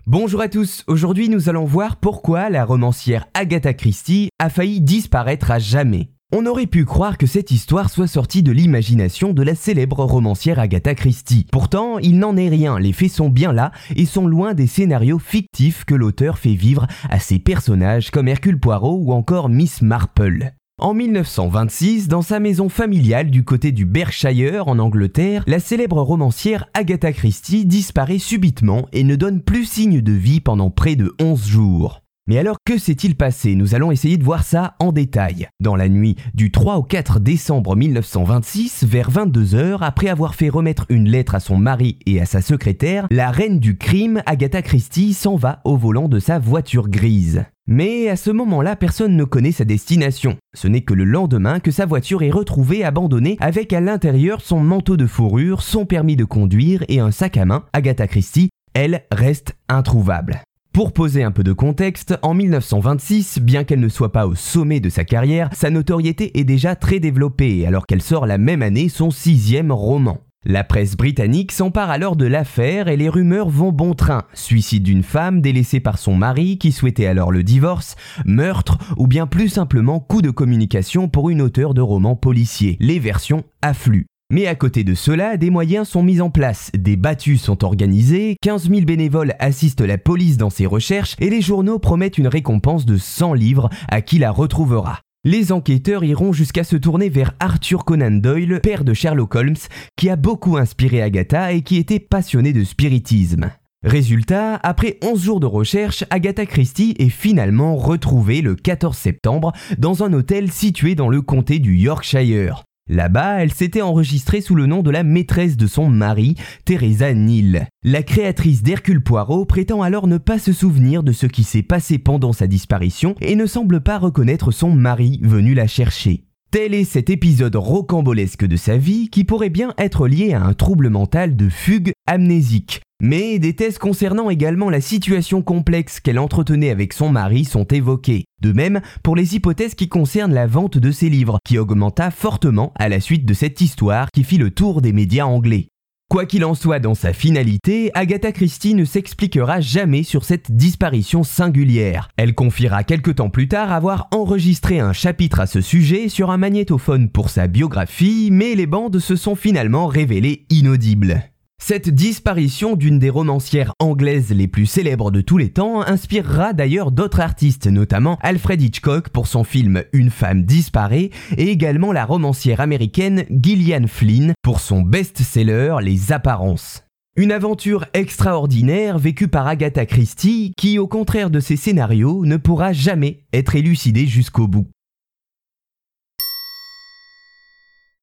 Bonjour à tous, aujourd'hui nous allons voir pourquoi la romancière Agatha Christie a failli disparaître à jamais. On aurait pu croire que cette histoire soit sortie de l'imagination de la célèbre romancière Agatha Christie. Pourtant, il n'en est rien, les faits sont bien là et sont loin des scénarios fictifs que l'auteur fait vivre à ses personnages comme Hercule Poirot ou encore Miss Marple. En 1926, dans sa maison familiale du côté du Berkshire en Angleterre, la célèbre romancière Agatha Christie disparaît subitement et ne donne plus signe de vie pendant près de 11 jours. Mais alors que s'est-il passé? Nous allons essayer de voir ça en détail. Dans la nuit du 3 au 4 décembre 1926, vers 22h, après avoir fait remettre une lettre à son mari et à sa secrétaire, la reine du crime, Agatha Christie, s'en va au volant de sa voiture grise. Mais à ce moment-là, personne ne connaît sa destination. Ce n'est que le lendemain que sa voiture est retrouvée abandonnée avec à l'intérieur son manteau de fourrure, son permis de conduire et un sac à main. Agatha Christie, elle, reste introuvable. Pour poser un peu de contexte, en 1926, bien qu'elle ne soit pas au sommet de sa carrière, sa notoriété est déjà très développée alors qu'elle sort la même année son 6e roman. La presse britannique s'empare alors de l'affaire et les rumeurs vont bon train. Suicide d'une femme délaissée par son mari qui souhaitait alors le divorce, meurtre ou bien plus simplement coup de communication pour une auteure de romans policiers. Les versions affluent. Mais à côté de cela, des moyens sont mis en place, des battues sont organisées, 15 000 bénévoles assistent la police dans ses recherches et les journaux promettent une récompense de 100 livres à qui la retrouvera. Les enquêteurs iront jusqu'à se tourner vers Arthur Conan Doyle, père de Sherlock Holmes, qui a beaucoup inspiré Agatha et qui était passionné de spiritisme. Résultat, après 11 jours de recherche, Agatha Christie est finalement retrouvée le 14 septembre dans un hôtel situé dans le comté du Yorkshire. Là-bas, elle s'était enregistrée sous le nom de la maîtresse de son mari, Teresa Neal. La créatrice d'Hercule Poirot prétend alors ne pas se souvenir de ce qui s'est passé pendant sa disparition et ne semble pas reconnaître son mari venu la chercher. Tel est cet épisode rocambolesque de sa vie qui pourrait bien être lié à un trouble mental de fugue amnésique. Mais des thèses concernant également la situation complexe qu'elle entretenait avec son mari sont évoquées. De même pour les hypothèses qui concernent la vente de ses livres, qui augmenta fortement à la suite de cette histoire qui fit le tour des médias anglais. Quoi qu'il en soit dans sa finalité, Agatha Christie ne s'expliquera jamais sur cette disparition singulière. Elle confiera quelque temps plus tard avoir enregistré un chapitre à ce sujet sur un magnétophone pour sa biographie, mais les bandes se sont finalement révélées inaudibles. Cette disparition d'une des romancières anglaises les plus célèbres de tous les temps inspirera d'ailleurs d'autres artistes, notamment Alfred Hitchcock pour son film Une femme disparaît et également la romancière américaine Gillian Flynn pour son best-seller Les Apparences. Une aventure extraordinaire vécue par Agatha Christie qui, au contraire de ses scénarios, ne pourra jamais être élucidée jusqu'au bout.